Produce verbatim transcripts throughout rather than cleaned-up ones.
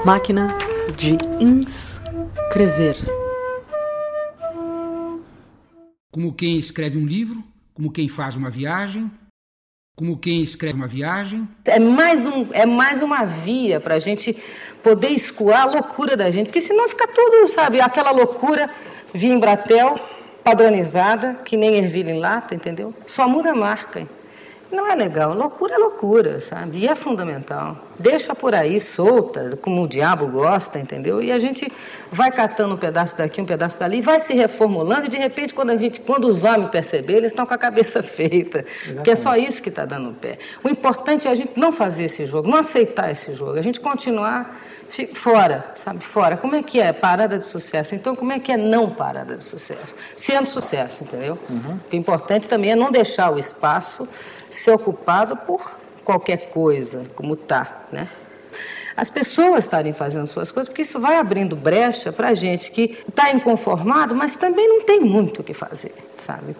Máquina de inscrever. Como quem escreve um livro, como quem faz uma viagem, como quem escreve uma viagem. É mais, um, é mais uma via para a gente poder escoar a loucura da gente, porque senão fica tudo, sabe, aquela loucura via Embratel, padronizada, que nem ervilha em lata, entendeu? Só muda a marca, hein? Não é legal, loucura é loucura, sabe? E é fundamental. Deixa por aí, solta, como o diabo gosta, entendeu? E a gente vai catando um pedaço daqui, um pedaço dali, vai se reformulando, e de repente, quando, a gente, quando os homens perceberem, eles estão com a cabeça feita. Exatamente. Porque é só isso que está dando pé. O importante é a gente não fazer esse jogo, não aceitar esse jogo, a gente continuar fora, sabe? Fora. Como é que é parada de sucesso? Então, como é que é não parada de sucesso? Sendo sucesso, entendeu? Uhum. O importante também é não deixar o espaço ser ocupado por qualquer coisa, como está, né? As pessoas estarem fazendo suas coisas, porque isso vai abrindo brecha para a gente que está inconformado, mas também não tem muito o que fazer, sabe?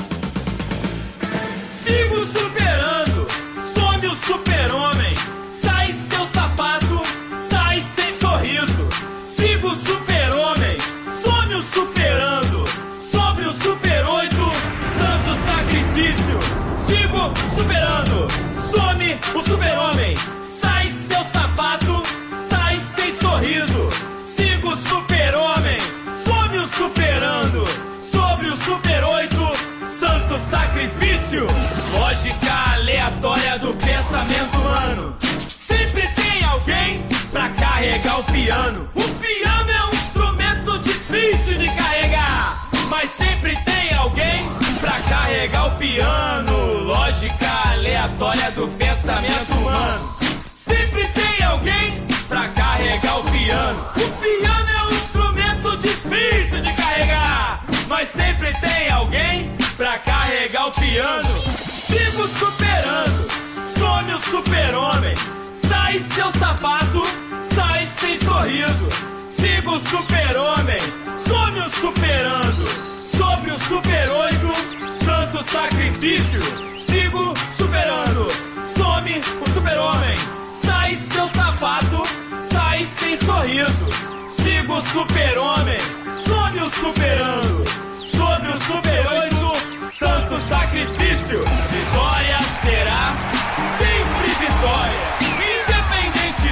Sigo superando, some o super-homem, sai seu sapato, sai sem sorriso. Sigo o super-homem, some o superando, sobre o super-oito, santo sacrifício. Sigo superando, some o super-homem, sai seu sapato, sai sem sorriso. Sigo super-homem, some o superando, sobre o super-oito, santo sacrifício. Lógica aleatória do pensamento humano. Sempre tem alguém pra carregar o piano. O piano é um instrumento difícil de carregar, mas sempre tem alguém pra carregar o piano. Lógica aleatória do pensamento humano. Sempre tem alguém pra carregar o piano. O piano é um instrumento difícil de carregar, mas sempre tem alguém pra carregar o piano. Sigo superando, some o super-homem, sai seu sapato, sai sem sorriso. Sigo o super-homem, some o superando, sobre o super-oito, santo sacrifício. Sigo superando, some o super-homem, sai seu sapato, sai sem sorriso. Sigo o super-homem, some o superando, sobre o super-oito, santo sacrifício. Vitória será sempre vitória, independente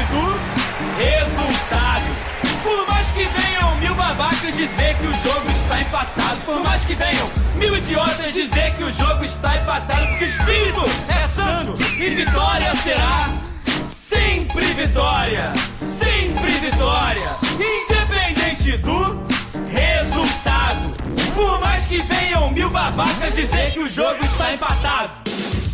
do resultado. Por mais que venham mil babacas dizer que o jogo está empatado, por mais que venham mil idiotas dizer que o jogo está empatado, porque o espírito é santo e vitória será sempre vitória, sempre vitória, independente do resultado. Por mais que venham mil babacas dizer que o jogo está empatado.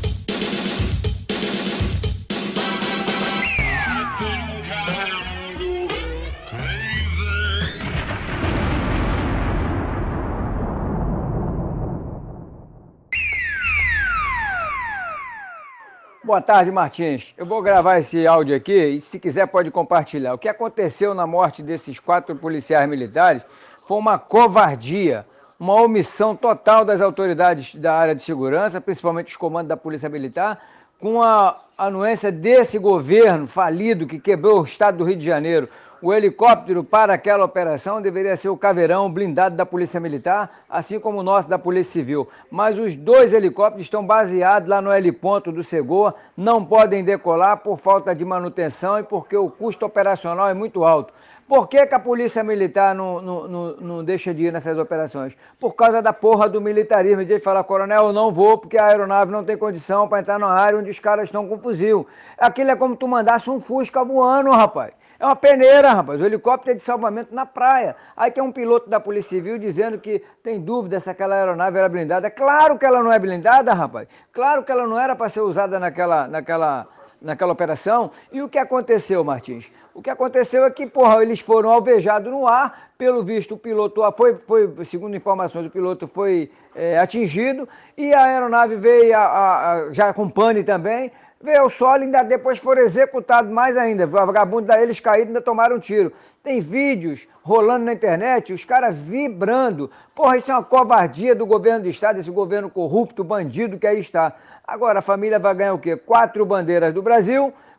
Boa tarde, Martins. Eu vou gravar esse áudio aqui e, se quiser, pode compartilhar. O que aconteceu na morte desses quatro policiais militares foi uma covardia, uma omissão total das autoridades da área de segurança, principalmente os comandos da Polícia Militar, com a anuência desse governo falido que quebrou o estado do Rio de Janeiro. O helicóptero para aquela operação deveria ser o Caveirão blindado da Polícia Militar, assim como o nosso da Polícia Civil. Mas os dois helicópteros estão baseados lá no heliponto do Segoa, não podem decolar por falta de manutenção e porque o custo operacional é muito alto. Por que que a Polícia Militar não, não, não, não deixa de ir nessas operações? Por causa da porra do militarismo, de falar, coronel, eu não vou porque a aeronave não tem condição para entrar na área onde os caras estão com fuzil. Aquilo é como tu mandasse um Fusca voando, rapaz. É uma peneira, rapaz. O helicóptero é de salvamento na praia. Aí tem um piloto da Polícia Civil dizendo que tem dúvida se aquela aeronave era blindada. Claro que ela não é blindada, rapaz. Claro que ela não era para ser usada naquela, naquela, naquela operação. E o que aconteceu, Martins? O que aconteceu é que, porra, eles foram alvejados no ar. Pelo visto, o piloto foi, foi segundo informações, o piloto foi é, atingido. E a aeronave veio a, a, a, já com pane também. Veio ao solo e ainda depois foram executados mais ainda. O vagabundo deles caído ainda tomaram um tiro. Tem vídeos rolando na internet, os caras vibrando. Porra, isso é uma covardia do governo do estado, esse governo corrupto, bandido que aí está. Agora a família vai ganhar o quê? Quatro bandeiras do Brasil,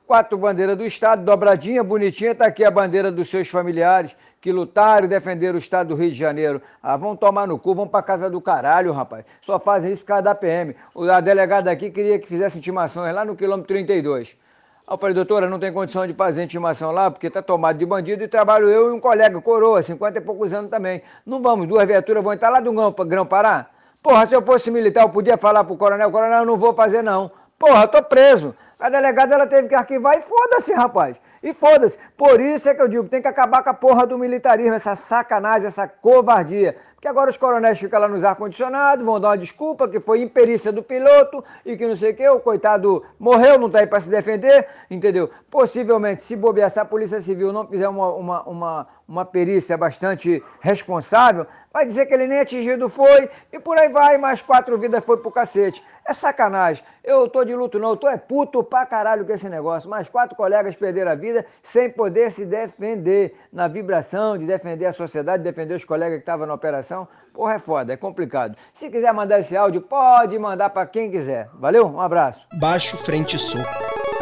Quatro bandeiras do Estado, dobradinha, bonitinha, está aqui a bandeira dos seus familiares que lutaram e defenderam o Estado do Rio de Janeiro. Ah, vão tomar no cu, vão pra casa do caralho, rapaz. Só fazem isso por causa da P M. A delegada aqui queria que fizesse intimações lá no quilômetro trinta e dois. Aí eu falei, doutora, não tem condição de fazer intimação lá, porque tá tomado de bandido e trabalho eu e um colega, coroa, cinquenta e poucos anos também. Não vamos, duas viaturas vão entrar lá do Grão-Pará? Porra, se eu fosse militar, eu podia falar pro coronel, coronel, eu não vou fazer não. Porra, eu tô preso. A delegada, ela teve que arquivar e foda-se, rapaz. E foda-se. Por isso é que eu digo, tem que acabar com a porra do militarismo, essa sacanagem, essa covardia. Porque agora os coronéis ficam lá nos ar-condicionados, vão dar uma desculpa que foi imperícia do piloto e que não sei o que, o coitado morreu, não tá aí para se defender, entendeu? Possivelmente, se bobear, se a Polícia Civil não fizer uma, uma, uma, uma perícia bastante responsável, vai dizer que ele nem atingido foi e por aí vai, mais quatro vidas foi pro cacete. É sacanagem. Eu tô de luto não, eu tô é puto pra caralho com esse negócio. Mais quatro colegas perderam a vida sem poder se defender na vibração de defender a sociedade, defender os colegas que estavam na operação. Porra, é foda, é complicado. Se quiser mandar esse áudio, pode mandar pra quem quiser. Valeu? Um abraço. Baixo, frente e soco.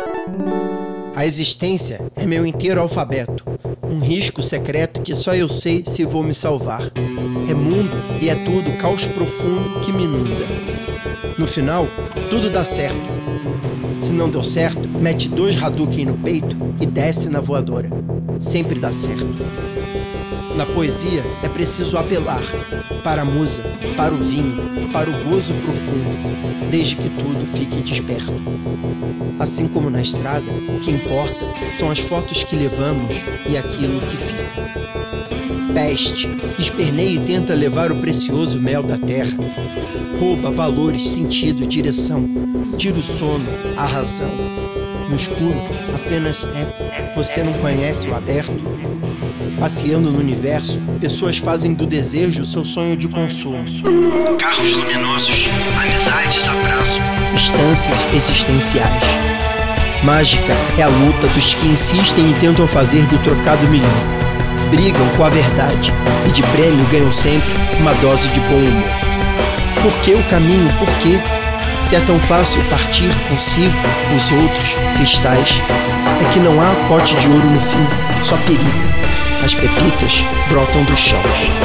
A existência é meu inteiro alfabeto. Um risco secreto que só eu sei se vou me salvar. É mundo e é tudo caos profundo que me inunda. No final, tudo dá certo. Se não deu certo, mete dois Hadouken no peito e desce na voadora. Sempre dá certo. Na poesia é preciso apelar para a musa, para o vinho, para o gozo profundo, desde que tudo fique desperto. Assim como na estrada, o que importa são as fotos que levamos e aquilo que fica. Peste, esperneia e tenta levar o precioso mel da terra. Rouba valores, sentido, direção, tira o sono, a razão. No escuro, apenas eco. Você não conhece o aberto? Passeando no universo, pessoas fazem do desejo seu sonho de consumo. Carros luminosos, amizades, abraço. Instâncias existenciais. Mágica é a luta dos que insistem e tentam fazer do trocado milhão. Brigam com a verdade e de prêmio ganham sempre uma dose de bom humor. Por que o caminho? Por quê? Se é tão fácil partir consigo, os outros, cristais, é que não há pote de ouro no fim, só perita. As pepitas brotam do chão.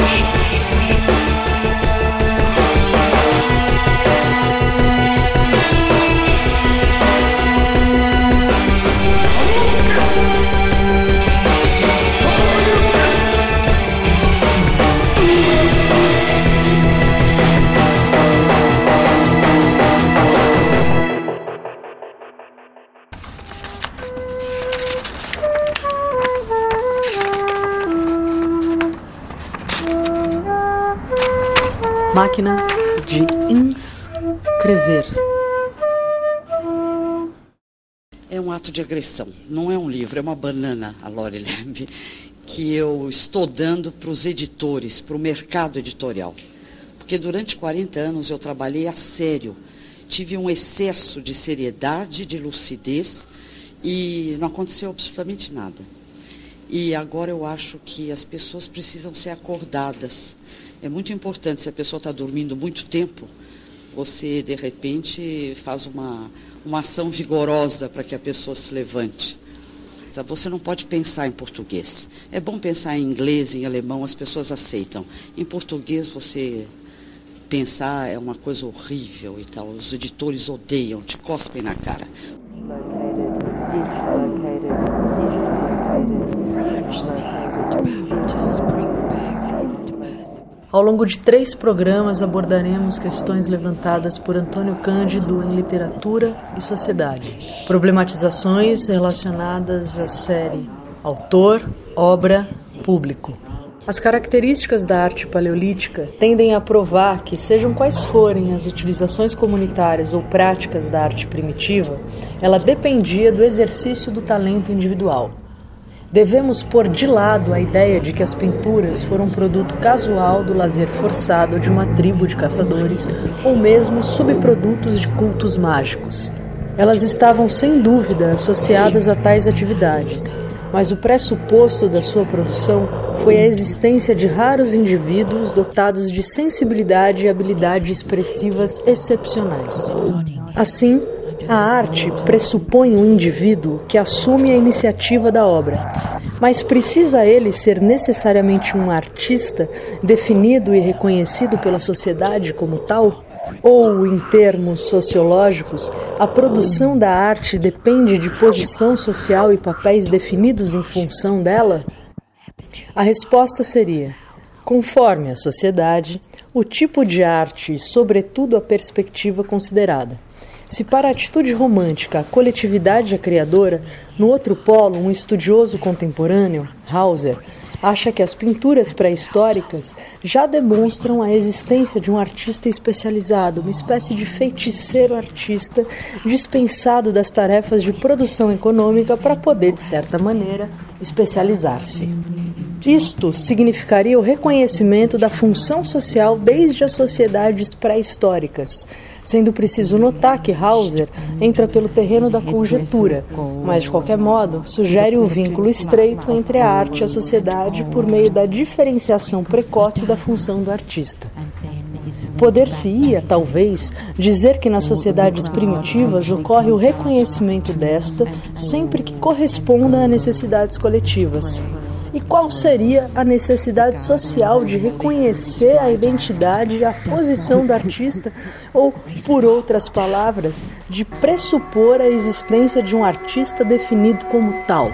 Máquina de inscrever. É um ato de agressão, não é um livro, é uma banana, a Lore Lembe, que eu estou dando para os editores, para o mercado editorial. Porque durante quarenta anos eu trabalhei a sério, tive um excesso de seriedade, de lucidez e não aconteceu absolutamente nada. E agora eu acho que as pessoas precisam ser acordadas. É muito importante, se a pessoa está dormindo muito tempo, você, de repente, faz uma, uma ação vigorosa para que a pessoa se levante. Você não pode pensar em português. É bom pensar em inglês, em alemão, as pessoas aceitam. Em português, você pensar é uma coisa horrível e tal. Os editores odeiam, te cospem na cara. Ao longo de três programas abordaremos questões levantadas por Antônio Cândido em literatura e sociedade. Problematizações relacionadas à série autor, obra, público. As características da arte paleolítica tendem a provar que, sejam quais forem as utilizações comunitárias ou práticas da arte primitiva, ela dependia do exercício do talento individual. Devemos pôr de lado a ideia de que as pinturas foram produto casual do lazer forçado de uma tribo de caçadores ou mesmo subprodutos de cultos mágicos. Elas estavam sem dúvida associadas a tais atividades, mas o pressuposto da sua produção foi a existência de raros indivíduos dotados de sensibilidade e habilidade expressivas excepcionais. Assim, A arte pressupõe um indivíduo que assume a iniciativa da obra, mas precisa ele ser necessariamente um artista definido e reconhecido pela sociedade como tal? Ou, em termos sociológicos, a produção da arte depende de posição social e papéis definidos em função dela? A resposta seria: conforme a sociedade, o tipo de arte e, sobretudo, a perspectiva considerada. Se para a atitude romântica a coletividade é criadora, no outro polo, um estudioso contemporâneo, Hauser, acha que as pinturas pré-históricas já demonstram a existência de um artista especializado, uma espécie de feiticeiro artista dispensado das tarefas de produção econômica para poder, de certa maneira, especializar-se. Isto significaria o reconhecimento da função social desde as sociedades pré-históricas, sendo preciso notar que Hauser entra pelo terreno da conjetura, mas, de qualquer modo, sugere o vínculo estreito entre a arte e a sociedade por meio da diferenciação precoce da função do artista. Poder-se-ia, talvez, dizer que nas sociedades primitivas ocorre o reconhecimento desta sempre que corresponda a necessidades coletivas. E qual seria a necessidade social de reconhecer a identidade e a posição do artista, ou, por outras palavras, de pressupor a existência de um artista definido como tal?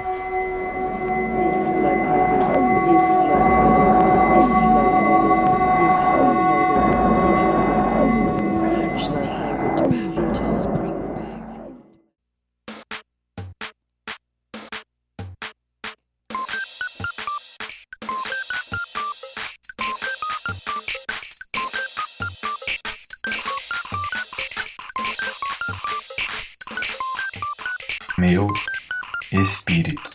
Meu espírito,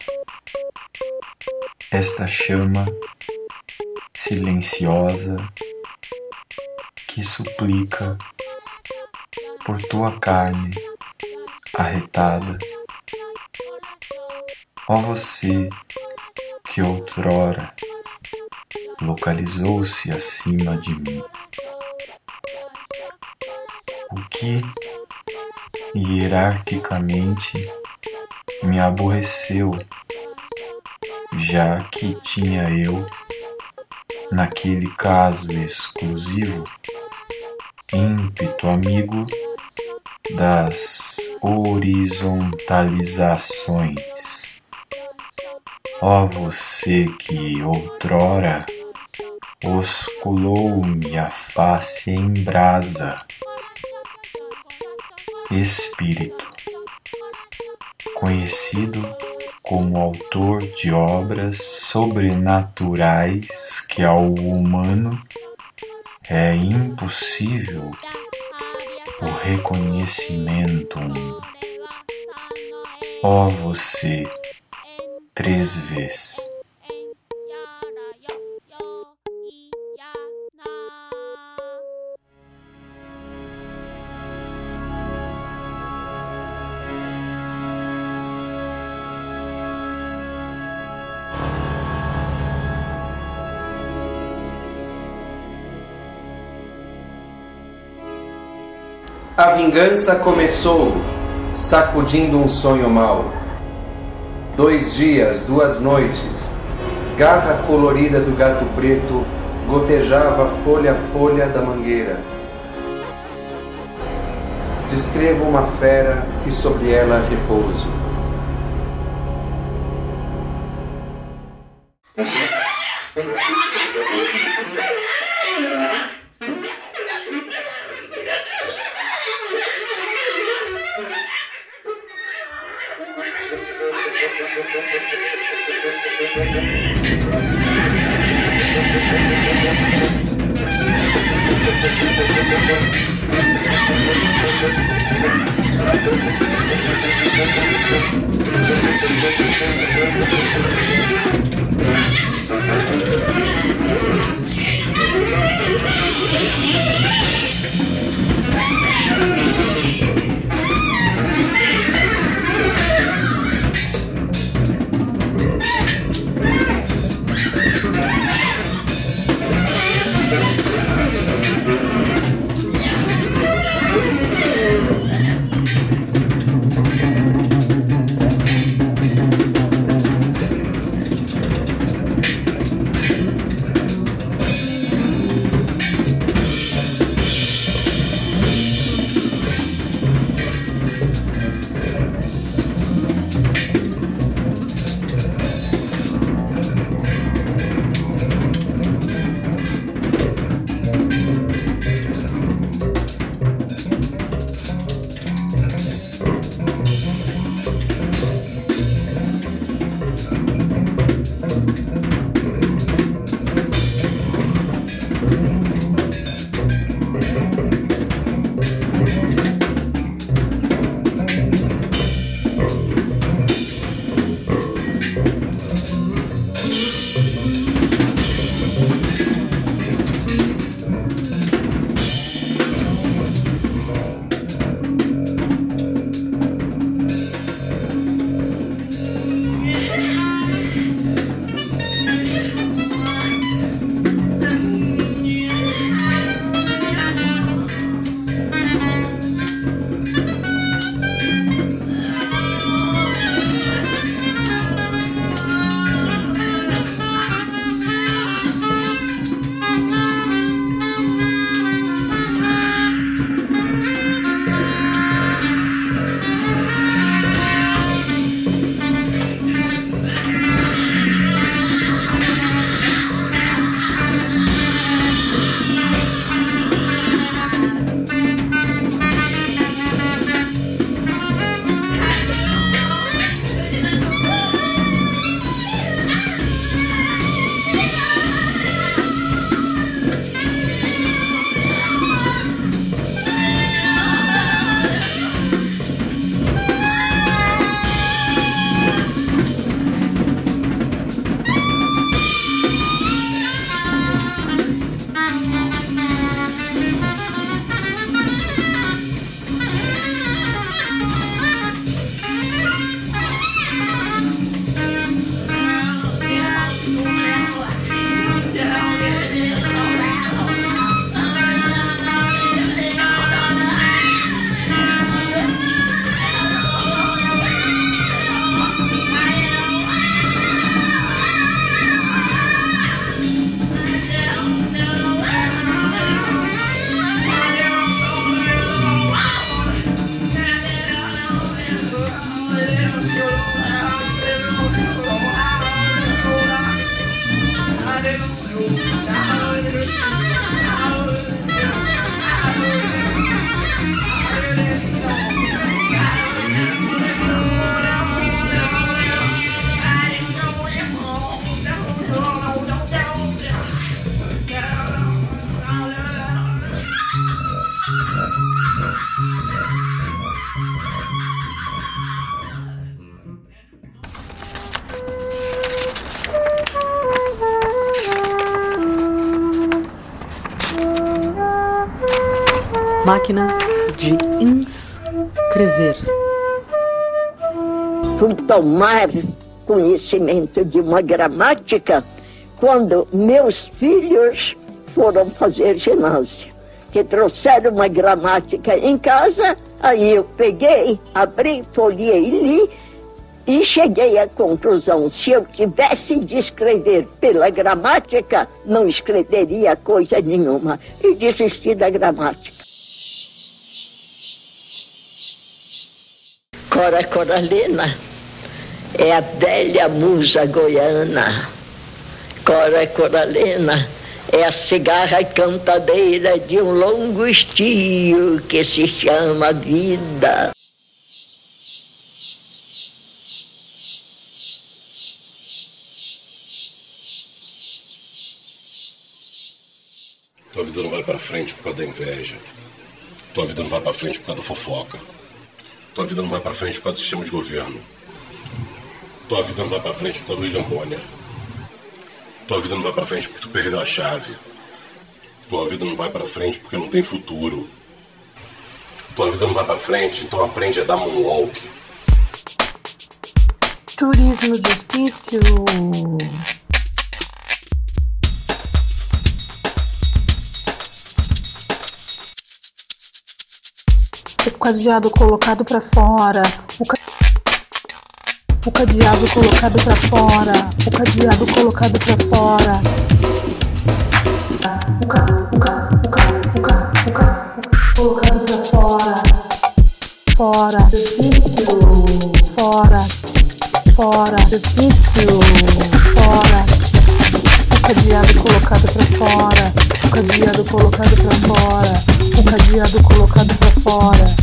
esta chama silenciosa que suplica por tua carne arretada, ó você que outrora localizou-se acima de mim, o que hierarquicamente me aborreceu, já que tinha eu, naquele caso exclusivo, ímpeto amigo das horizontalizações. Ó você que outrora osculou-me a face em brasa, espírito, conhecido como autor de obras sobrenaturais que ao humano é impossível o reconhecimento. Ó você, três vezes. A vingança começou, sacudindo um sonho mau. Dois dias, duas noites, garra colorida do gato preto gotejava folha a folha da mangueira. Descrevo uma fera e sobre ela repouso. Máquina de inscrever. Fui tomar conhecimento de uma gramática quando meus filhos foram fazer ginásio, que trouxeram uma gramática em casa, aí eu peguei, abri, folhei e li, e cheguei à conclusão, se eu tivesse de escrever pela gramática, não escreveria coisa nenhuma, e desisti da gramática. Cora Coralina é a velha musa goiana. Cora Coralina é a cigarra cantadeira de um longo estio que se chama vida. Tua vida não vai pra frente por causa da inveja. Tua vida não vai pra frente por causa da fofoca. Tua vida não vai pra frente por causa do sistema de governo. Tua vida não vai pra frente por causa do William Bonner. Tua vida não vai pra frente porque tu perdeu a chave. Tua vida não vai pra frente porque não tem futuro. Tua vida não vai pra frente, então aprende a dar moonwalk. Turismo de hospício. O cadeado colocado pra fora. O, ca... o cadeado colocado pra fora. O cadeado colocado pra fora. O ca... o ca... o ca... o ca... o ca... colocado pra fora. Fora. Hospício. Fora. Fora. Hospício. Fora. O cadeado colocado pra fora. O cadeado colocado pra fora. O cadeado colocado pra fora.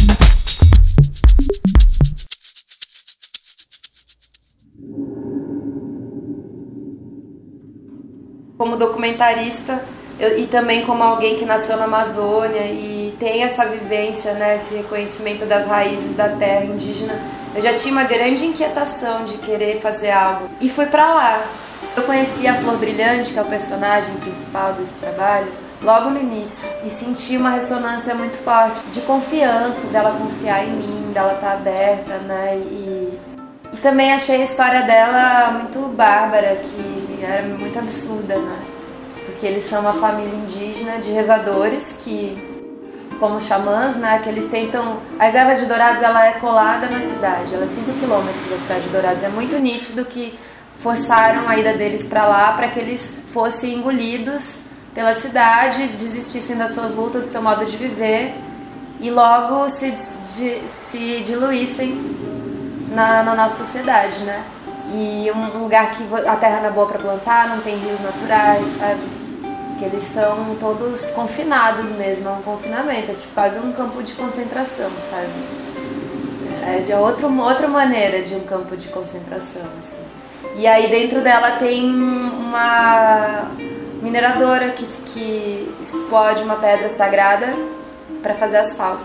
Como documentarista eu, e também como alguém que nasceu na Amazônia e tem essa vivência, né, esse reconhecimento das raízes da terra indígena, eu já tinha uma grande inquietação de querer fazer algo e fui pra lá. Eu conheci a Flor Brilhante, que é o personagem principal desse trabalho, logo no início, e senti uma ressonância muito forte de confiança, dela confiar em mim, dela estar aberta, né, e, e também achei a história dela muito bárbara, que era muito absurda, né, porque eles são uma família indígena de rezadores que, como xamãs, né, que eles tentam... A reserva de Dourados, ela é colada na cidade, ela é cinco quilômetros da cidade de Dourados, é muito nítido que forçaram a ida deles para lá para que eles fossem engolidos pela cidade, desistissem das suas lutas, do seu modo de viver e logo se, de, se diluíssem na, na nossa sociedade, né? E um, um lugar que a terra não é boa para plantar, não tem rios naturais, sabe? Que eles estão todos confinados mesmo, é um confinamento, é tipo quase um campo de concentração, sabe? É de outra, outra maneira de um campo de concentração, assim. E aí dentro dela tem uma mineradora que, que explode uma pedra sagrada para fazer asfalto.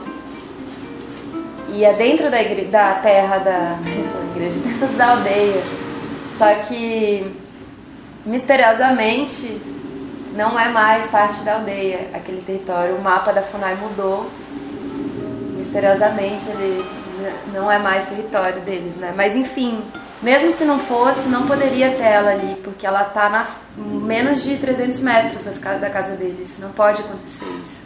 E é dentro da, igre- da terra da igreja, dentro da aldeia. Só que misteriosamente não é mais parte da aldeia, aquele território. O mapa da FUNAI mudou. Misteriosamente ele não é mais território deles, né? Mas enfim, mesmo se não fosse, não poderia ter ela ali, porque ela está a menos de trezentos metros da casa deles. Não pode acontecer isso.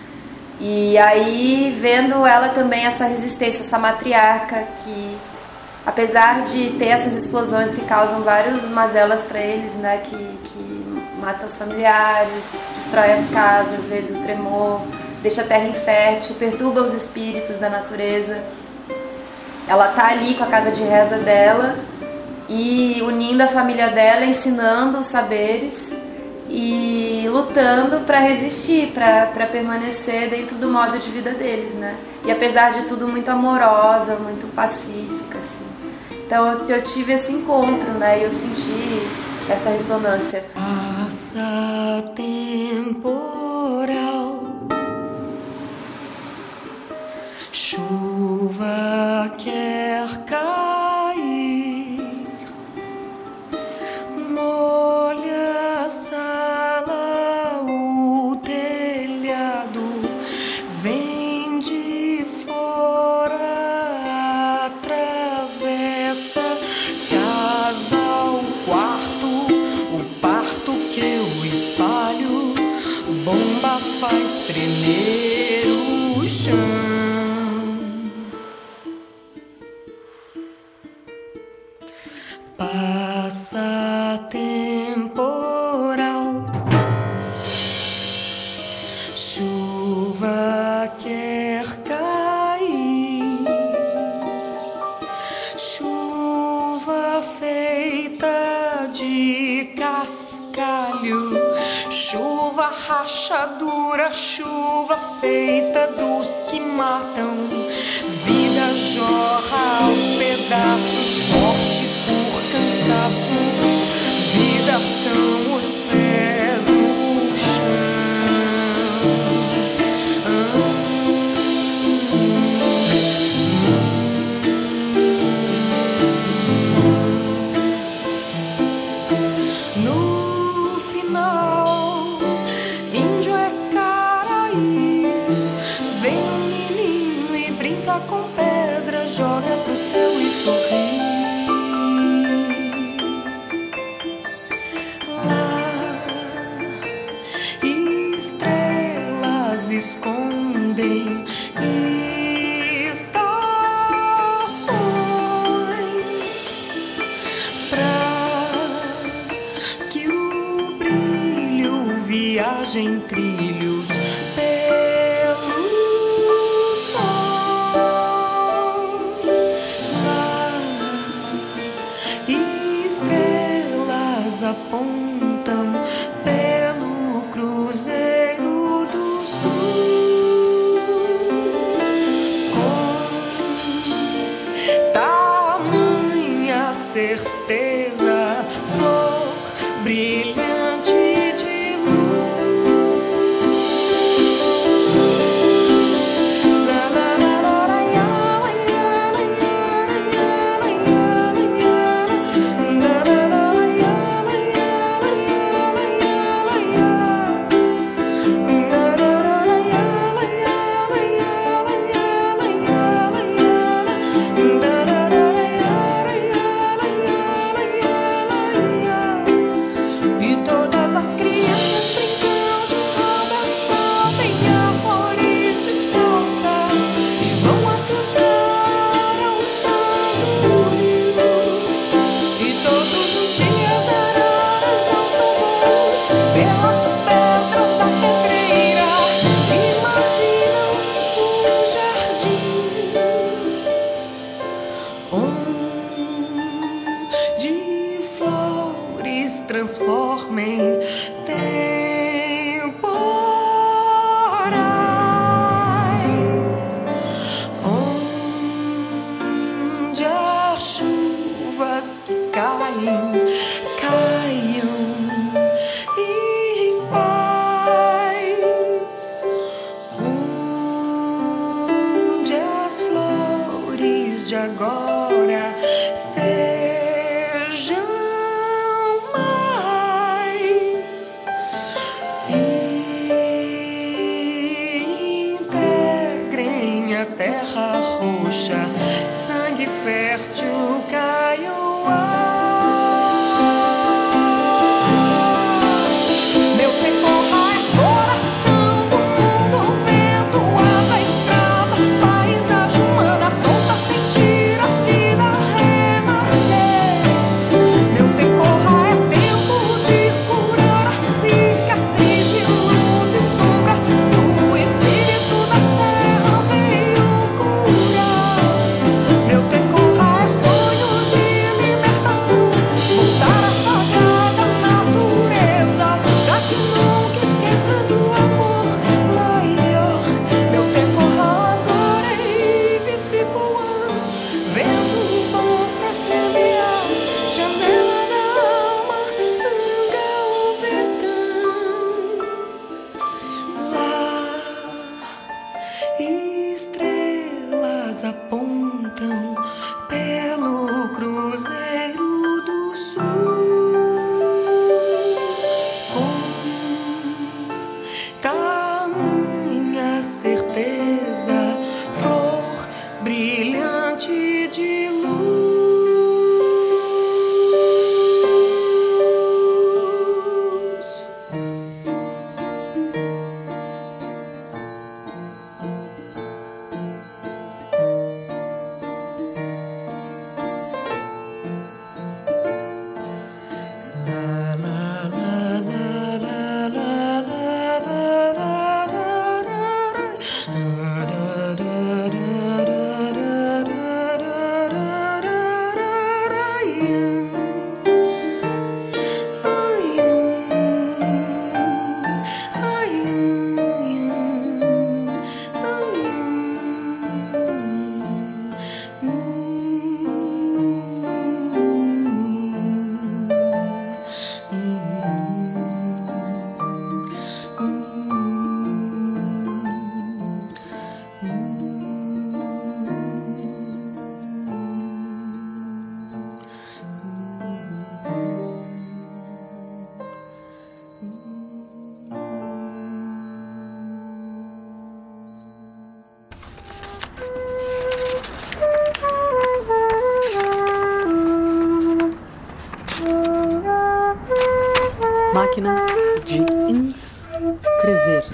E aí, vendo ela também, essa resistência, essa matriarca, que apesar de ter essas explosões que causam várias mazelas para eles, né, que, que matam os familiares, destrói as casas, às vezes o tremor, deixa a terra infértil, perturba os espíritos da natureza. Ela tá ali com a casa de reza dela e unindo a família dela, ensinando os saberes e lutando para resistir, para permanecer dentro do modo de vida deles, né? E apesar de tudo muito amorosa, muito pacífica, assim. Então eu, eu tive esse encontro, né? E eu senti essa ressonância. Passa temporal, chuva quer cair, molha a sala, o telhado, vem faz tremer o chão. Passa temporal, chuva quer cair, chuva feita de cascalho, chuva rachadura, chuva feita dos que matam, vida jorra aos pedaços, morte por cansaço, vida são os pés no chão. No final, índio é caraí, vem um menino e brinca com pedra, joga pro céu e sorri. Escondem estações pra que o brilho viaje em trilhos pelos sons. Lá, estrelas apontam pelo cruzeiro do sul. Tamanha certeza, flor brilhante de luz. La, la, la, la, la, ya, la, ya, la, ya, la, ya, la, ya, la, ya, la, la, la, la, ya, la, ya, la, ya, la, ya, la, ya. La, la, la, la, ya, la, ya, la, ya, la, ya, la, ya, la, ya, la. Da, da, da, da, ya, la, ya, la, ya, la, ya, la, ya. E todas as crianças brincando de roda sobem árvores descalças e vão a cantar ao som do rio. E todos os dias araras alçam voos pelas pedras da pedreira, imaginam um jardim onde flores transformem temporais, onde as chuvas que caem, caiam em paz, onde as flores de agora sejam mais Máquina de inscrever.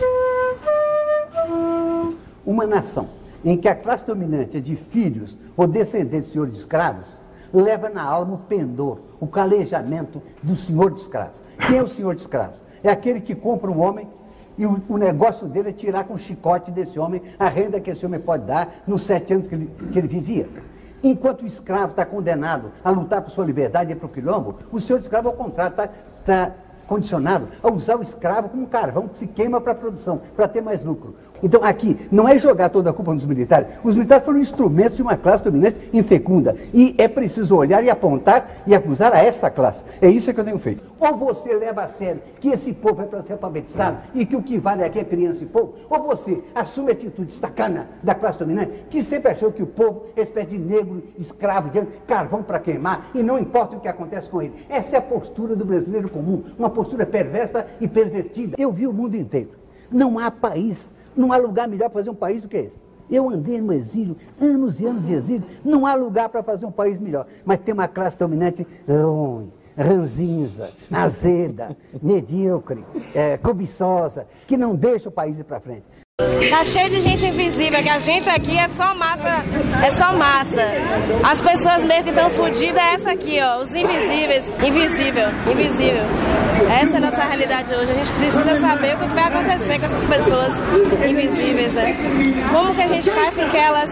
Uma nação em que a classe dominante é de filhos ou descendentes de senhores de escravos leva na alma o pendor, o calejamento do senhor de escravos. Quem é o senhor de escravos? É aquele que compra um homem e o, o negócio dele é tirar com o chicote desse homem a renda que esse homem pode dar nos sete anos que ele, que ele vivia. Enquanto o escravo está condenado a lutar por sua liberdade e para o quilombo, o senhor de escravo, ao contrário, está tá condicionado a usar o escravo como um carvão que se queima para a produção, para ter mais lucro. Então aqui, não é jogar toda a culpa nos militares. Os militares foram instrumentos de uma classe dominante infecunda. E é preciso olhar e apontar e acusar a essa classe. É isso que eu tenho feito. Ou você leva a sério que esse povo é para ser alfabetizado e que o que vale aqui é criança e povo, ou você assume a atitude sacana da classe dominante, que sempre achou que o povo é espécie de negro, escravo, de carvão para queimar, e não importa o que acontece com ele. Essa é a postura do brasileiro comum, uma postura perversa e pervertida. Eu vi o mundo inteiro. Não há país, não há lugar melhor para fazer um país do que esse. Eu andei no exílio, anos e anos de exílio, não há lugar para fazer um país melhor. Mas tem uma classe dominante ruim, ranzinza, azeda, medíocre, é, cobiçosa, que não deixa o país ir para frente. Tá cheio de gente invisível, que a gente aqui é só massa, é só massa. As pessoas mesmo que estão fodidas é essa aqui, ó, os invisíveis, invisível, invisível. Essa é a nossa realidade hoje. A gente precisa saber o que vai acontecer com essas pessoas invisíveis, né? Como que a gente faz com que elas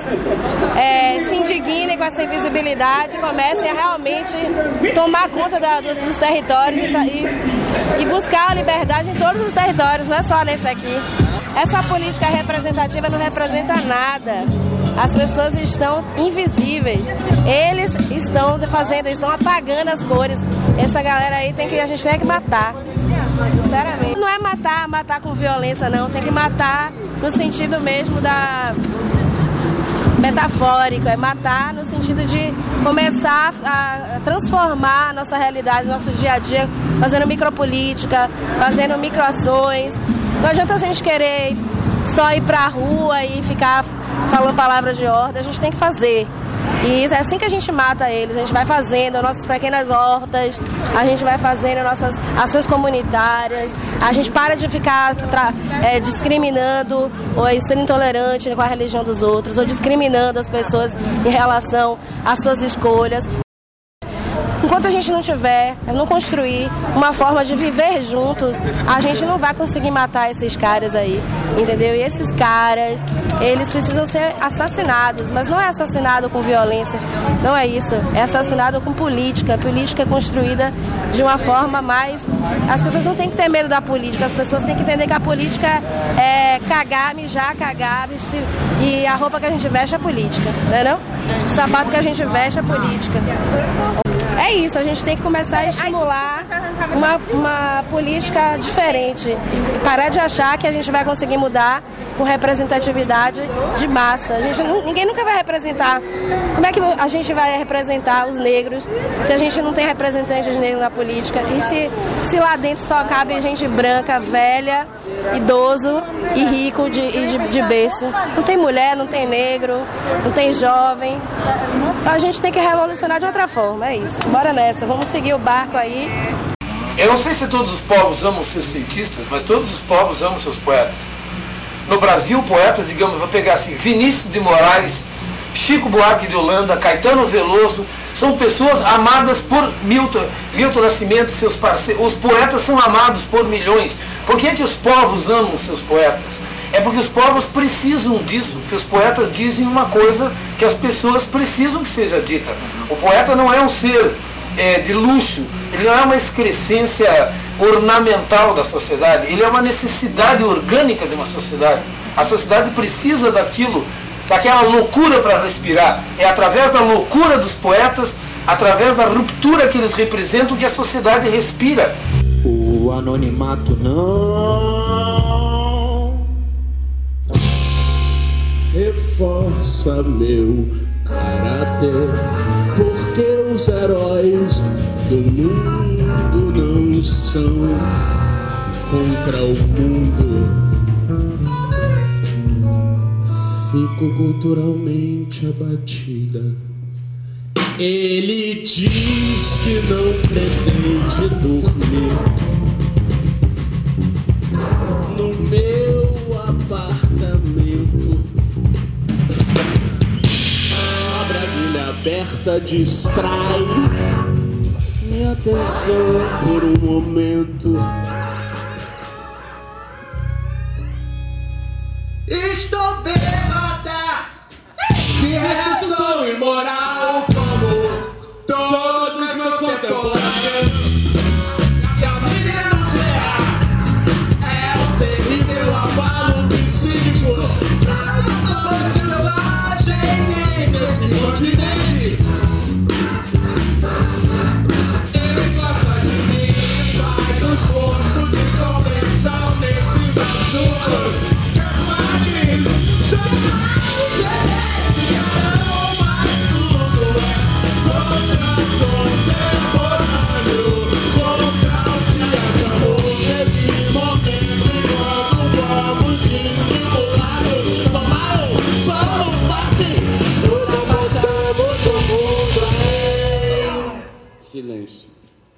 é, se indignem com essa invisibilidade e comecem a realmente tomar conta da, dos territórios e, e, e buscar a liberdade em todos os territórios, não é só nesse aqui. Essa política representativa não representa nada. As pessoas estão invisíveis. Eles estão fazendo, estão apagando as cores. Essa galera aí tem que, a gente tem que matar. Sinceramente. Não é matar, matar com violência, não. Tem que matar no sentido mesmo da metafórico, é matar no sentido de começar a transformar a nossa realidade, nosso dia a dia, fazendo micropolítica, fazendo microações. Não adianta a gente querer só ir pra rua e ficar falando palavras de ordem, a gente tem que fazer. E é assim que a gente mata eles, a gente vai fazendo nossas pequenas hortas, a gente vai fazendo nossas ações comunitárias, a gente para de ficar é, discriminando ou sendo intolerante com a religião dos outros, ou discriminando as pessoas em relação às suas escolhas. Enquanto a gente não tiver, não construir uma forma de viver juntos, a gente não vai conseguir matar esses caras aí, entendeu? E esses caras, eles precisam ser assassinados, mas não é assassinado com violência, não é isso. É assassinado com política, política construída de uma forma mais... As pessoas não têm que ter medo da política, as pessoas têm que entender que a política é cagar, mijar, cagar, vestir, e a roupa que a gente veste é política, não é não? O sapato que a gente veste é política. É isso, a gente tem que começar a estimular uma, uma política diferente e parar de achar que a gente vai conseguir mudar com representatividade de massa. A gente, ninguém nunca vai representar. Como é que a gente vai representar os negros se a gente não tem representantes negros na política? E se, se lá dentro só cabe gente branca, velha, idoso e rico de, e de, de berço? Não tem mulher, não tem negro, não tem jovem. A gente tem que revolucionar de outra forma, é isso. Bora nessa, vamos seguir o barco aí. Eu não sei se todos os povos amam seus cientistas, mas todos os povos amam seus poetas. No Brasil, poetas, digamos, vou pegar assim, Vinícius de Moraes, Chico Buarque de Holanda, Caetano Veloso, são pessoas amadas por Milton, Milton Nascimento e seus parceiros. Os poetas são amados por milhões. Por que, que os povos amam seus poetas? É porque os povos precisam disso, porque os poetas dizem uma coisa que as pessoas precisam que seja dita. O poeta não é um ser é, de luxo, ele não é uma excrescência ornamental da sociedade, ele é uma necessidade orgânica de uma sociedade. A sociedade precisa daquilo, daquela loucura para respirar. É através da loucura dos poetas, através da ruptura que eles representam, que a sociedade respira. O anonimato não reforça meu caráter, porque os heróis do mundo não são contra o mundo. Fico culturalmente abatida. Ele diz que não pretende dormir no meu apartamento. A braguilha aberta distrai minha atenção por um momento. Estou bêbada, de resto sou imoral como todos os meus contemporâneos. Minha família nuclear é um terrível abalo psíquico. Não foi selvagem nem nesse continente. Ele gosta de mim, faz um esforço de compreensão nesses assuntos. Silêncio.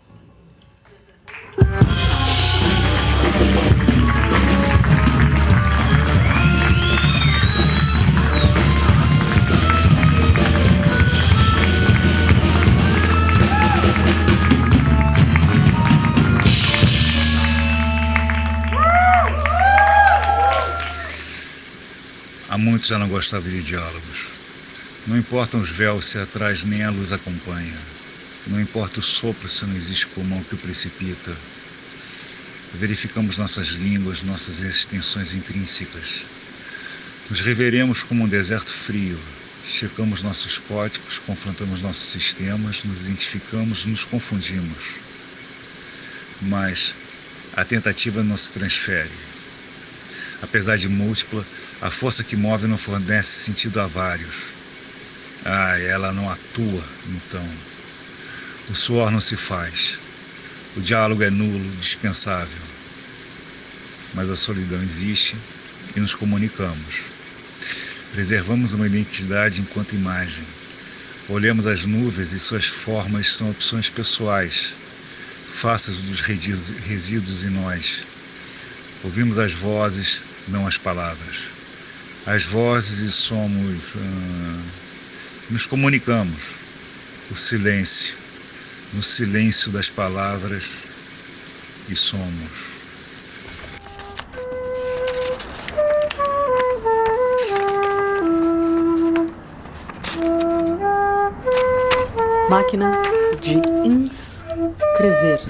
Há muito já não gostava de diálogos. Não importam os véus se atrás nem a luz acompanha. Não importa o sopro se não existe pulmão que o precipita. Verificamos nossas línguas, nossas extensões intrínsecas. Nos reveremos como um deserto frio. Checamos nossos códigos, confrontamos nossos sistemas, nos identificamos, nos confundimos. Mas a tentativa não se transfere. Apesar de múltipla, a força que move não fornece sentido a vários. Ah, ela não atua, então. O suor não se faz. O diálogo é nulo, dispensável. Mas a solidão existe e nos comunicamos. Preservamos uma identidade enquanto imagem. Olhamos as nuvens e suas formas são opções pessoais, faces dos resíduos em nós. Ouvimos as vozes, não as palavras. As vozes e somos... Hum, nos comunicamos. O silêncio. No silêncio das palavras e somos. Máquina de inscrever.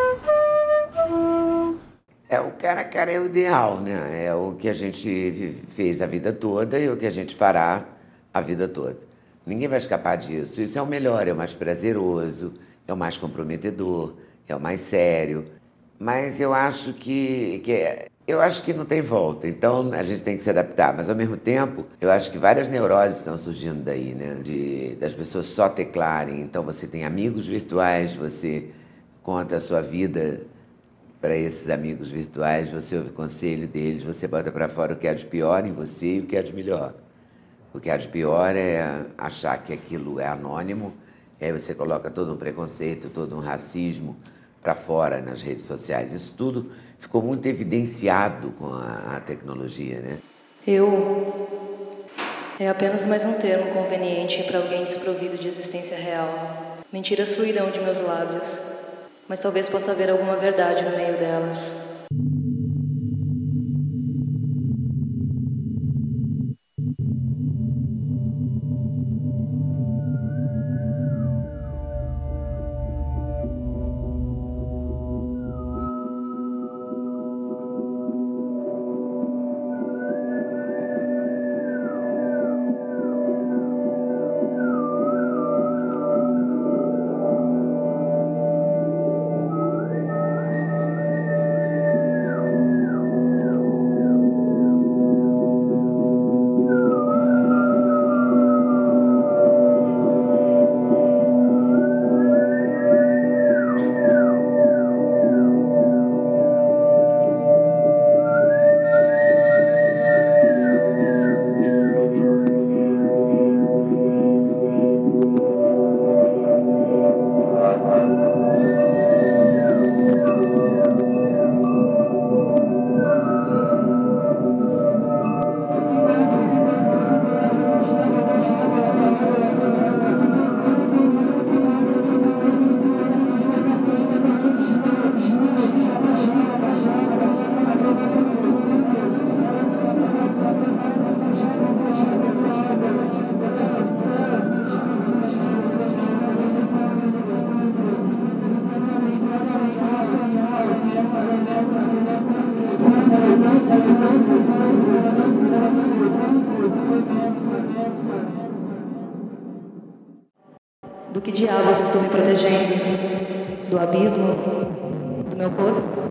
É, o cara a cara é o ideal, né? É o que a gente fez a vida toda e o que a gente fará a vida toda. Ninguém vai escapar disso. Isso é o melhor, é o mais prazeroso, é o mais comprometedor, é o mais sério. Mas eu acho que, que eu acho que não tem volta, então a gente tem que se adaptar. Mas ao mesmo tempo, eu acho que várias neuroses estão surgindo daí, né? De, das pessoas só teclarem. Então você tem amigos virtuais, você conta a sua vida para esses amigos virtuais, você ouve o conselho deles, você bota para fora o que há de pior em você e o que há de melhor. O que há de pior é achar que aquilo é anônimo, e aí você coloca todo um preconceito, todo um racismo para fora nas redes sociais. Isso tudo ficou muito evidenciado com a, a tecnologia, né? Eu É apenas mais um termo conveniente para alguém desprovido de existência real. Mentiras fluirão de meus lábios, mas talvez possa haver alguma verdade no meio delas. Do que diabos estou me protegendo? Do abismo? Do meu corpo?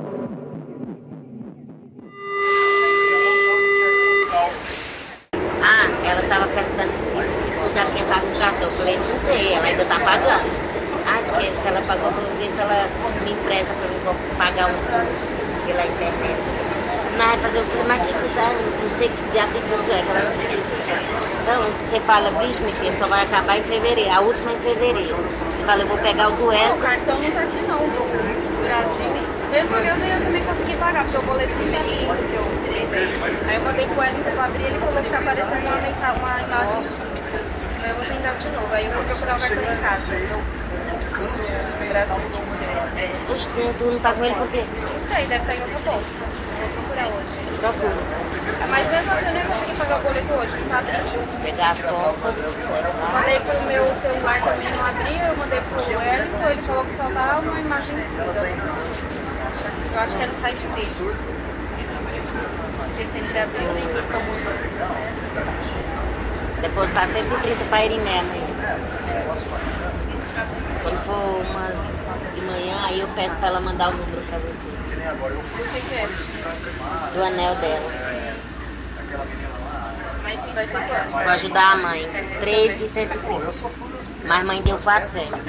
Ah, ela estava perguntando se tu já tinha pago o cartão. Eu falei, não sei, ela ainda está pagando. Ah, porque se ela pagou, vou ver se ela me empresta para mim pagar um curso pela internet. Não, vai fazer o que? Mas que custa? Não sei que diabo de curso é, que ela não precisa. Então, você fala, vixe, minha filha, só vai acabar em fevereiro, a última em fevereiro. Você fala, eu vou pegar o duelo. O cartão não tá aqui não, do Brasil. Mesmo porque eu não ia também conseguir pagar, porque o boleto não tem limpo que eu usei. Aí eu mandei pro Wellington pra abrir, ele falou que tá aparecendo uma, mensagem, uma imagem simples. Aí eu vou tentar de novo, aí eu vou procurar o cartão em casa. No Brasil, não sei. Oxe, tu não tá com ele por quê? Não sei, deve estar em outra bolsa. Vou procurar hoje. Procura. Mas mesmo assim eu nem consegui pagar o boleto hoje, não tá dentro. Pegar as contas. Mandei pro meu celular também não abria, eu mandei pro Wellington, ele falou que só dá uma imagem cinza. Eu acho que é no site deles. Porque sempre abriu nem Depositar cento e trinta para ele mesmo. Quando for umas de manhã, aí eu peço para ela mandar o número para você. O que, que é? Do anel dela. Vai ser quanto? Vou ajudar a mãe. três de cento e trinta. Mas a mãe deu quatrocentos.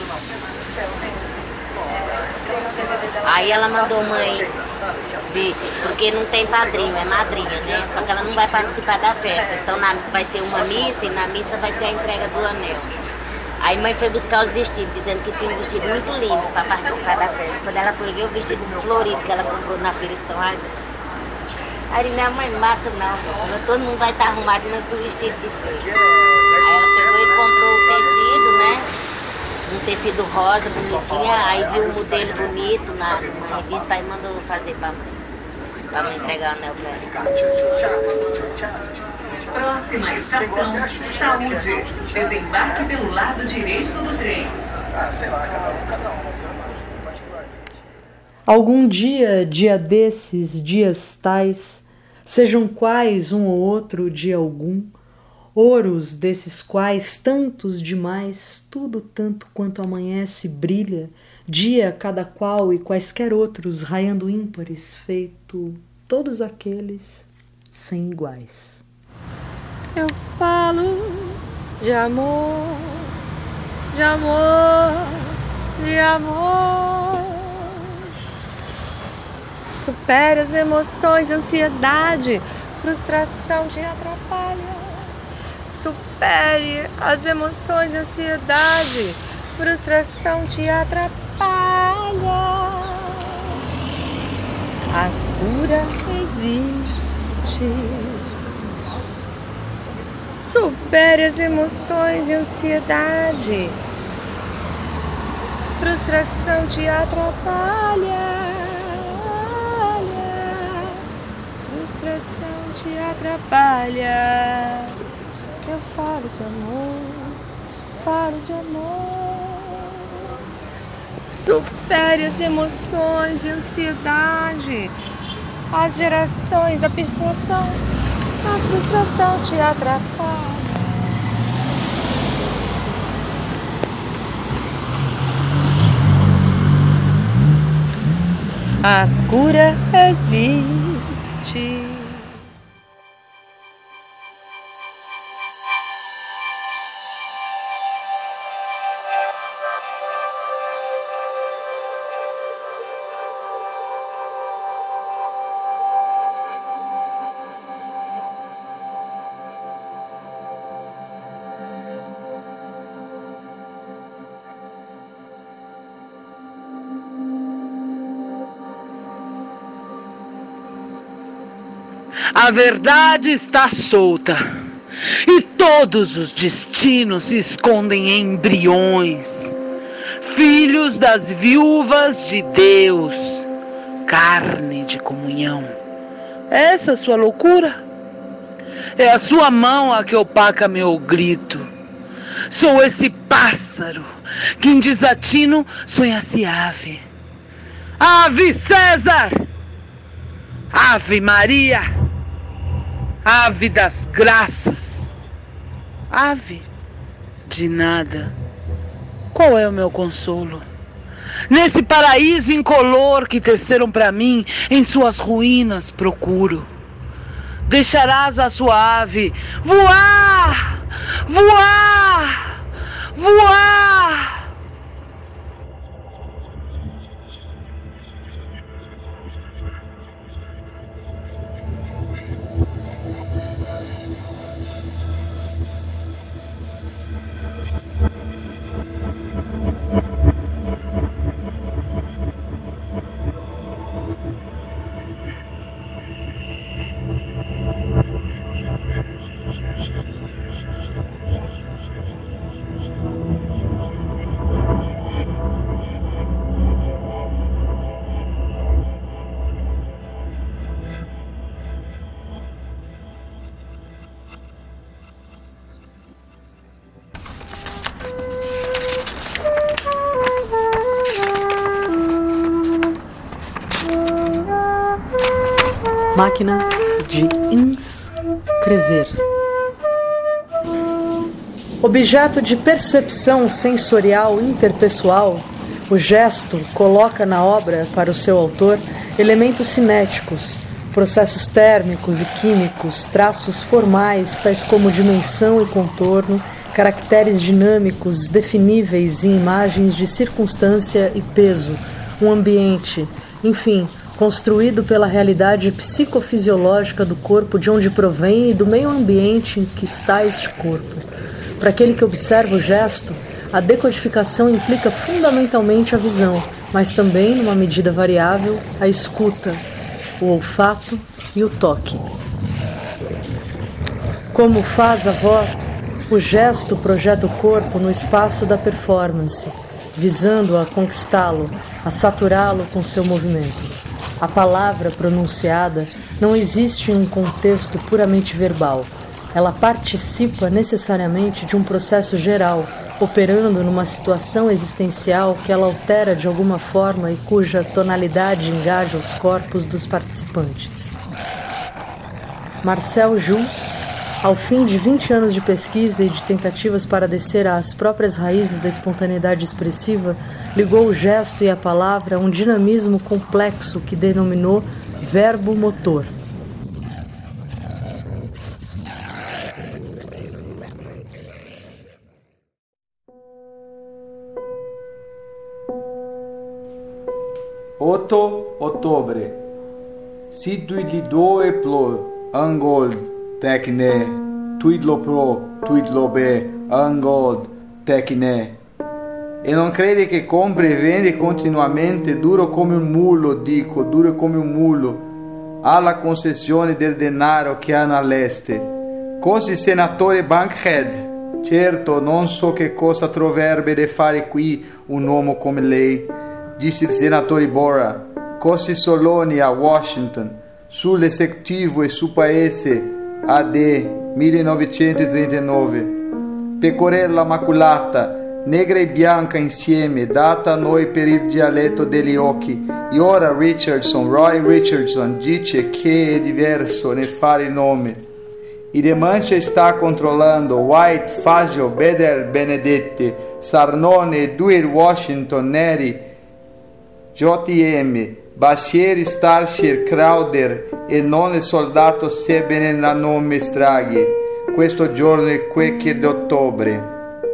Aí ela mandou mãe, de, porque não tem padrinho, é madrinha, né? Só que ela não vai participar da festa. Então na, vai ter uma missa e na missa vai ter a entrega do anel. Aí mãe foi buscar os vestidos, dizendo que tinha um vestido muito lindo para participar da festa. Quando ela foi ver o vestido florido que ela comprou na feira de São Raimundo, aí minha mãe mata não, todo mundo vai estar arrumado no vestido de feira. Aí ela chegou e comprou o tecido, né? Um tecido rosa, bonitinha, aí viu um modelo bonito na, na revista e mandou fazer pra mãe. Pra mãe entregar o anel pra ela. Próxima estação, Saúde. Desembarque pelo lado direito do trem. Ah, sei lá, cada um, cada um, mas eu não, particularmente. Algum dia, dia desses, dias tais, sejam quais um ou outro dia algum, ouros desses quais tantos demais, tudo tanto quanto amanhece brilha, dia cada qual e quaisquer outros raiando ímpares, feito todos aqueles sem iguais. Eu falo de amor, de amor, de amor. Supere as emoções, ansiedade, frustração te atrapalha. Supere as emoções, ansiedade, frustração te atrapalha. A cura existe. Supere as emoções e ansiedade. Frustração te atrapalha. Frustração te atrapalha. Eu falo de amor, falo de amor. Supere as emoções e ansiedade. As gerações, a frustração, a frustração te atrapalha. A cura existe. A verdade está solta e todos os destinos se escondem em embriões, filhos das viúvas de Deus, carne de comunhão. Essa é a sua loucura? É a sua mão a que opaca meu grito. Sou esse pássaro que em desatino sonha-se ave. Ave César! Ave Maria! Ave das graças! Ave de nada. Qual é o meu consolo? Nesse paraíso incolor que teceram para mim, em suas ruínas procuro. Deixarás a sua ave voar, voar, voar. Máquina de inscrever. Objeto de percepção sensorial interpessoal, o gesto coloca na obra, para o seu autor, elementos cinéticos, processos térmicos e químicos, traços formais, tais como dimensão e contorno, caracteres dinâmicos definíveis em imagens de circunstância e peso, um ambiente, enfim, construído pela realidade psicofisiológica do corpo de onde provém e do meio ambiente em que está este corpo. Para aquele que observa o gesto, a decodificação implica fundamentalmente a visão, mas também, numa medida variável, a escuta, o olfato e o toque. Como faz a voz, o gesto projeta o corpo no espaço da performance, visando a conquistá-lo, a saturá-lo com seu movimento. A palavra pronunciada não existe em um contexto puramente verbal. Ela participa necessariamente de um processo geral, operando numa situação existencial que ela altera de alguma forma e cuja tonalidade engaja os corpos dos participantes. Marcel Jousse, ao fim de vinte anos de pesquisa e de tentativas para descer às próprias raízes da espontaneidade expressiva, ligou o gesto e a palavra a um dinamismo complexo que denominou verbo motor. otto ottobre. Situidlido e plo, angold, tecne, tuidlo pro, tuidlo be, angold, tecne. E non crede che compra e vende continuamente, duro come un mulo, dico, duro come un mulo, ha la concessione del denaro che hanno all'este, Così senatore Bankhead, certo non so che cosa troverebbe fare qui un uomo come lei, disse il senatore Borah. Così Soloni a Washington, sull'esecutivo e su paese A D millenovecentotrentanove. Pecorella maculata, negra e bianca insieme, data a noi per il dialetto degli occhi. E ora Richardson, Roy Richardson, dice che è diverso nel fare il nome. Il Demantia sta controllando White, Fazio, Bedell, Benedetti, Sarnone, Dewey Washington, Neri, J T M, Bashir, Starshire, Crowder e non il soldato sebbene la nome Straghi. Questo giorno è quattro di ottobre.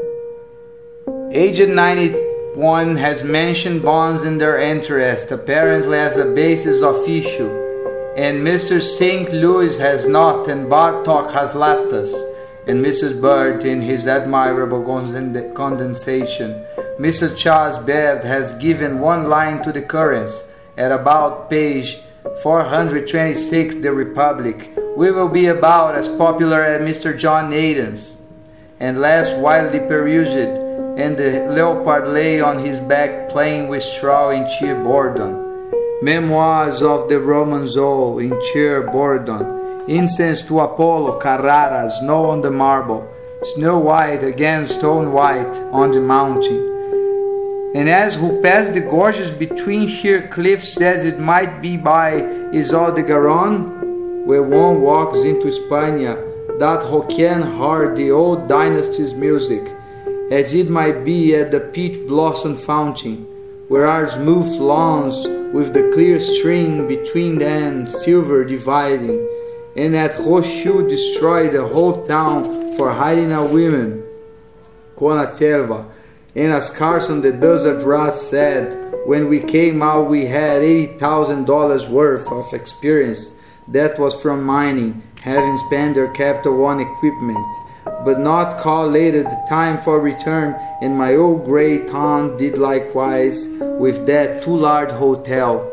Agent ninety-one has mentioned bonds in their interest, apparently as a basis of issue, and Mister Saint Louis has not, and Bartok has left us, and Missus Bird in his admirable conden- condensation. Mister Charles Baird has given one line to the currents, at about page four hundred twenty-six, The Republic. We will be about as popular as Mister John Adams, and less widely perused, and the leopard lay on his back playing with straw in sheer boredom. Memoirs of the Roman Zoo in sheer boredom. Incense to Apollo, Carrara, snow on the marble, snow white against stone white on the mountain. And as who passed the gorges between sheer cliffs as it might be by Isol de Garonne, where one walks into Spania, that Hokkien heard the old dynasty's music, as it might be at the peach blossom fountain, where are smooth lawns with the clear stream between them, silver dividing, and at Rochu destroyed the whole town for hiding a woman, Conatelva, and as Carson the desert rat said, when we came out we had eighty thousand dollars worth of experience. That was from mining, having spent their capital on equipment, but not calculated the time for return, and my old grey town did likewise with that too large hotel.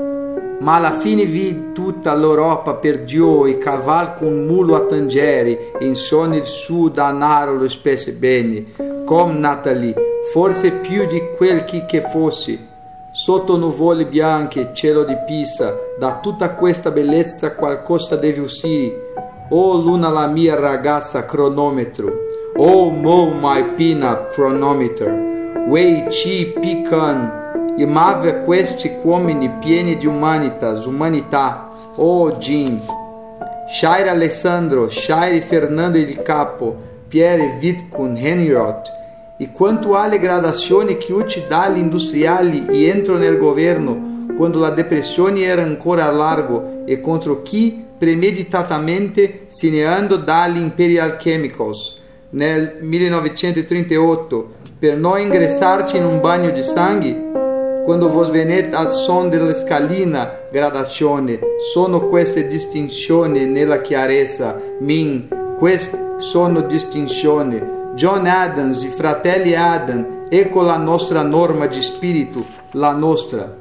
Ma alla fine vidi tutta l'Europa per Dio e caval con mulo a tangere, in sogni il suo danaro lo spesse bene, come Natalie, forse più di quel chi che fossi. Sotto nuvole bianche, cielo di Pisa, da tutta questa bellezza qualcosa deve uscire. Oh luna la mia ragazza cronometro, oh mo my peanut chronometer, way ci pican, e mave questi uomini pieni di umanitas, umanità, oh Jean. Shaire Alessandro, Shaire Fernando Il Capo, Pierre Vidcun, Henriot, e quanto alle gradazioni che uccidali industriali e entro nel governo, quando la depressione era ancora a largo e contro chi premeditatamente segnando dagli Imperial Chemicals nel millenovecentotrentotto per non ingressarci in un bagno di sangue, quando vos venete al son della scalina gradazione, sono queste distinzioni nella chiarezza, min, queste sono distinzioni. John Adams e fratelli Adam, ecco la nostra norma di spirito, la nostra.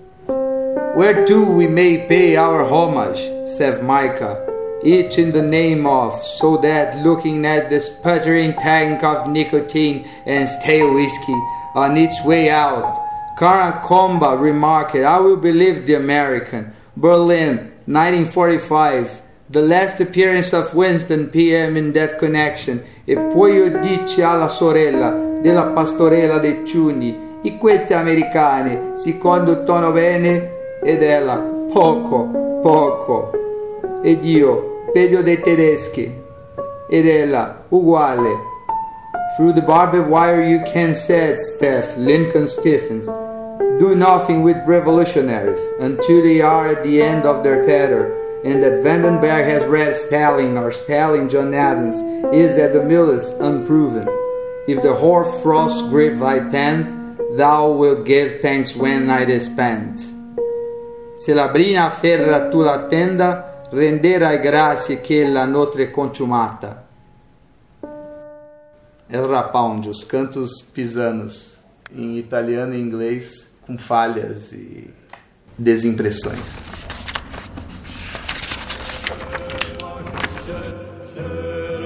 Whereto we may pay our homage, said Micah, each in the name of, so that looking at the sputtering tank of nicotine and stale whiskey on its way out, Karen Comba remarked, I will believe the American. Berlin, nineteen forty-five. The last appearance of Winston P M in that connection, e poi io dici alla sorella della pastorella dei Ciuni, e questi americani si conducono bene? Ed ella, poco, poco. Ed io, peggio dei tedeschi. Ed ella, uguale. Through the barbed wire you can said, Steph, Lincoln Stephens, do nothing with revolutionaries until they are at the end of their tether, and that Vandenberg has read Stalin or Stalin John Adams is at the millest unproven. If the hoar frost grip thy tenth, thou wilt give thanks when night is spent. Se la brina afferra tu la tenda, renderai grazie che la notte consumata. Ezra Pound, os cantos pisanos, em italiano e inglês, com falhas e desimpressões.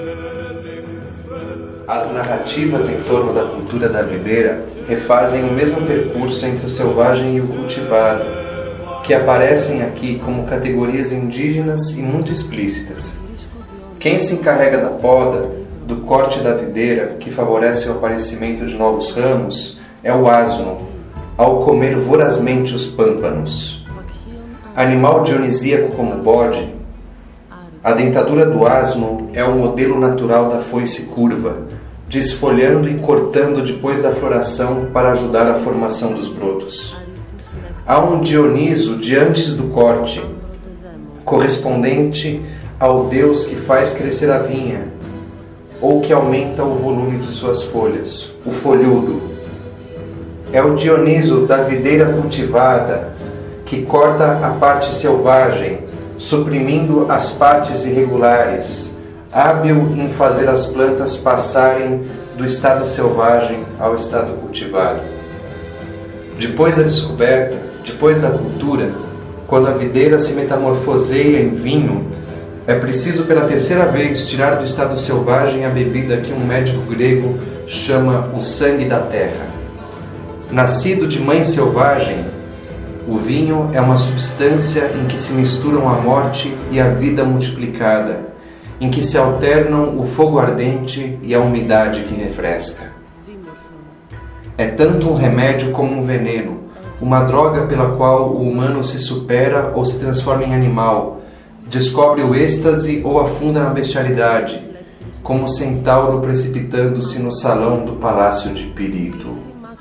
As narrativas em torno da cultura da videira refazem o mesmo percurso entre o selvagem e o cultivado, que aparecem aqui como categorias indígenas e muito explícitas. Quem se encarrega da poda, do corte da videira, que favorece o aparecimento de novos ramos, é o asno, ao comer vorazmente os pâmpanos. Animal dionisíaco como bode, a dentadura do asno é o modelo natural da foice curva, desfolhando e cortando depois da floração para ajudar a formação dos brotos. Há um Dioniso de antes do corte, correspondente ao deus que faz crescer a vinha, ou que aumenta o volume de suas folhas, o folhudo. É o Dioniso da videira cultivada, que corta a parte selvagem, suprimindo as partes irregulares, hábil em fazer as plantas passarem do estado selvagem ao estado cultivado. Depois da descoberta, depois da cultura, quando a videira se metamorfoseia em vinho, é preciso pela terceira vez tirar do estado selvagem a bebida que um médico grego chama o sangue da terra. Nascido de mãe selvagem, o vinho é uma substância em que se misturam a morte e a vida multiplicada, em que se alternam o fogo ardente e a umidade que refresca. É tanto um remédio como um veneno, uma droga pela qual o humano se supera ou se transforma em animal, descobre o êxtase ou afunda na bestialidade, como o centauro precipitando-se no salão do palácio de Pirito.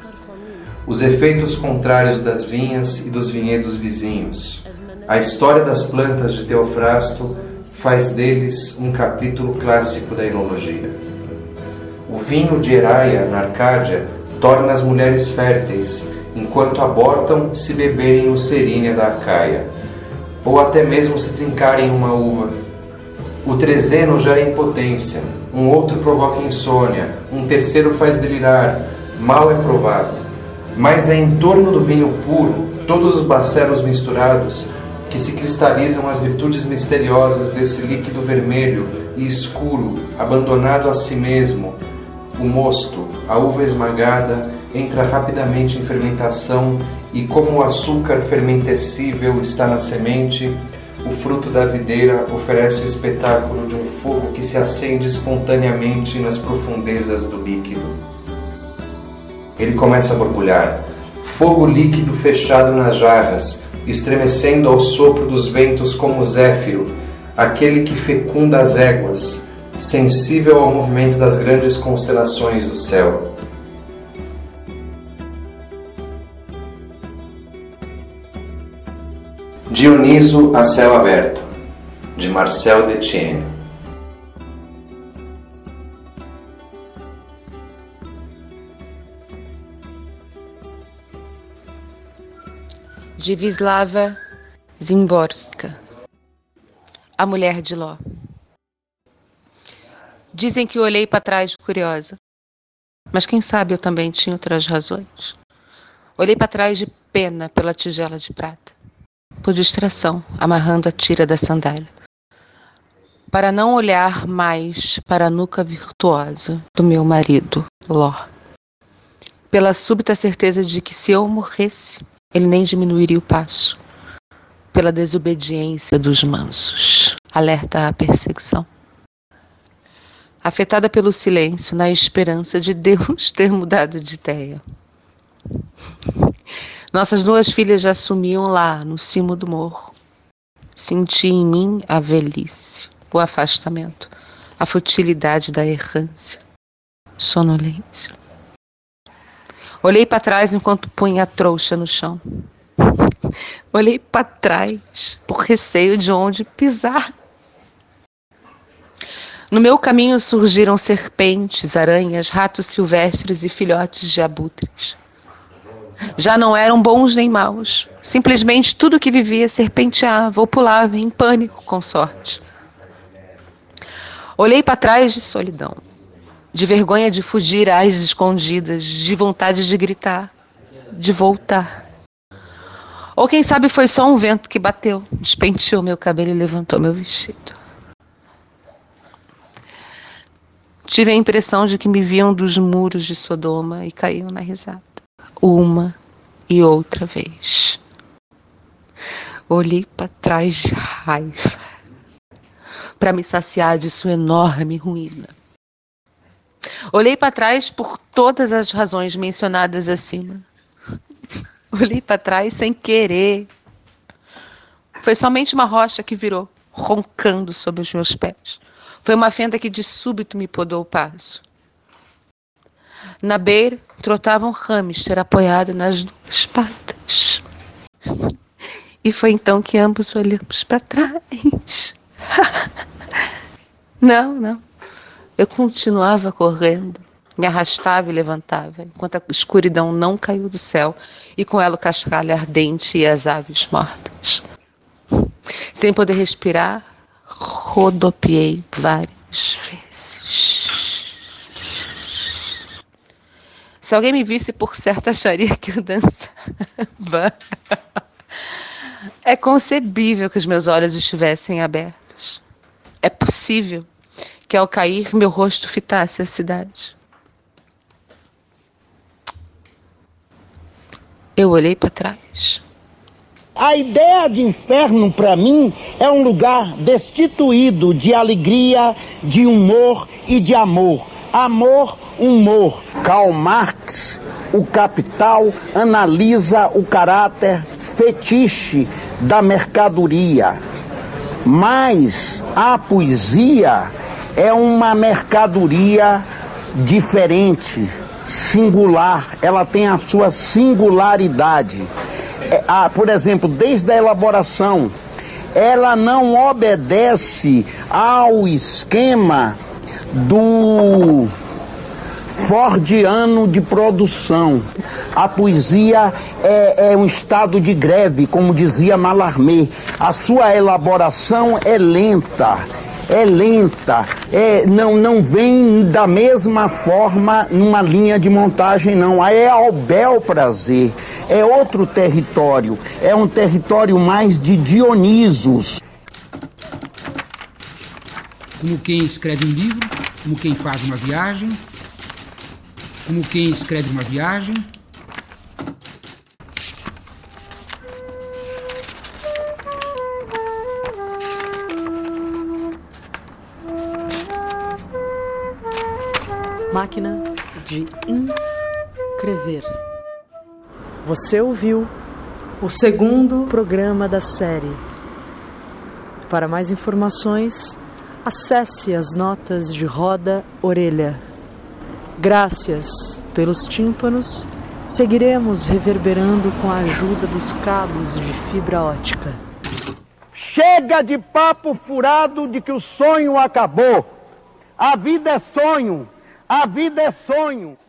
Os efeitos contrários das vinhas e dos vinhedos vizinhos. A história das plantas de Teofrasto faz deles um capítulo clássico da enologia. O vinho de Heraia, na Arcádia, torna as mulheres férteis, enquanto abortam se beberem o cerínia da Acaia, ou até mesmo se trincarem uma uva. O trezeno gera impotência, um outro provoca insônia, um terceiro faz delirar, mal é provado. Mas é em torno do vinho puro, todos os bacelos misturados, que se cristalizam as virtudes misteriosas desse líquido vermelho e escuro, abandonado a si mesmo. O mosto, a uva esmagada, entra rapidamente em fermentação e, como o açúcar fermentecível está na semente, o fruto da videira oferece o espetáculo de um fogo que se acende espontaneamente nas profundezas do líquido. Ele começa a borbulhar, fogo líquido fechado nas jarras, estremecendo ao sopro dos ventos como o zéfiro, aquele que fecunda as éguas, sensível ao movimento das grandes constelações do céu. Dioniso a céu aberto, de Marcel Detienne. De Wisława Szymborska, a mulher de Ló. Dizem que eu olhei para trás curiosa, mas quem sabe eu também tinha outras razões. Olhei para trás de pena pela tigela de prata, por distração, amarrando a tira da sandália, para não olhar mais para a nuca virtuosa do meu marido, Ló, pela súbita certeza de que se eu morresse, ele nem diminuiria o passo, pela desobediência dos mansos, alerta à perseguição. Afetada pelo silêncio, na esperança de Deus ter mudado de ideia. Nossas duas filhas já sumiam lá, no cimo do morro. Senti em mim a velhice, o afastamento, a futilidade da errância, sonolência. Olhei para trás enquanto punha a trouxa no chão. Olhei para trás, por receio de onde pisar. No meu caminho surgiram serpentes, aranhas, ratos silvestres e filhotes de abutres. Já não eram bons nem maus. Simplesmente tudo que vivia serpenteava ou pulava em pânico com sorte. Olhei para trás de solidão, de vergonha de fugir às escondidas, de vontade de gritar, de voltar. Ou quem sabe foi só um vento que bateu, despenteou meu cabelo e levantou meu vestido. Tive a impressão de que me viam dos muros de Sodoma e caíam na risada. Uma e outra vez. Olhei para trás de raiva, para me saciar de sua enorme ruína. Olhei para trás por todas as razões mencionadas acima. Olhei para trás sem querer. Foi somente uma rocha que virou, roncando sob os meus pés. Foi uma fenda que de súbito me podou o passo. Na beira, trotava um hamster apoiado nas duas patas. E foi então que ambos olhamos para trás. Não, não. Eu continuava correndo, me arrastava e levantava, enquanto a escuridão não caiu do céu, e com ela o cascalho ardente e as aves mortas. Sem poder respirar, rodopiei várias vezes. Se alguém me visse, por certo acharia que eu dançava. É concebível que os meus olhos estivessem abertos. É possível que ao cair meu rosto fitasse a cidade. Eu olhei para trás. A ideia de inferno, para mim, é um lugar destituído de alegria, de humor e de amor. Amor, humor. Karl Marx, o Capital, analisa o caráter fetiche da mercadoria. Mas a poesia é uma mercadoria diferente, singular. Ela tem a sua singularidade. É, ah, por exemplo, desde a elaboração, ela não obedece ao esquema do fordiano de produção. A poesia é, é um estado de greve, como dizia Mallarmé. A sua elaboração é lenta, é lenta, é, não, não vem da mesma forma numa linha de montagem, não. Aí é ao bel prazer, é outro território, é um território mais de Dionisos. Como quem escreve um livro, como quem faz uma viagem, como quem escreve uma viagem. Máquina de inscrever. Você ouviu o segundo programa da série. Para mais informações, acesse as notas de Roda Orelha. Graças pelos tímpanos, seguiremos reverberando com a ajuda dos cabos de fibra ótica. Chega de papo furado de que o sonho acabou. A vida é sonho. A vida é sonho.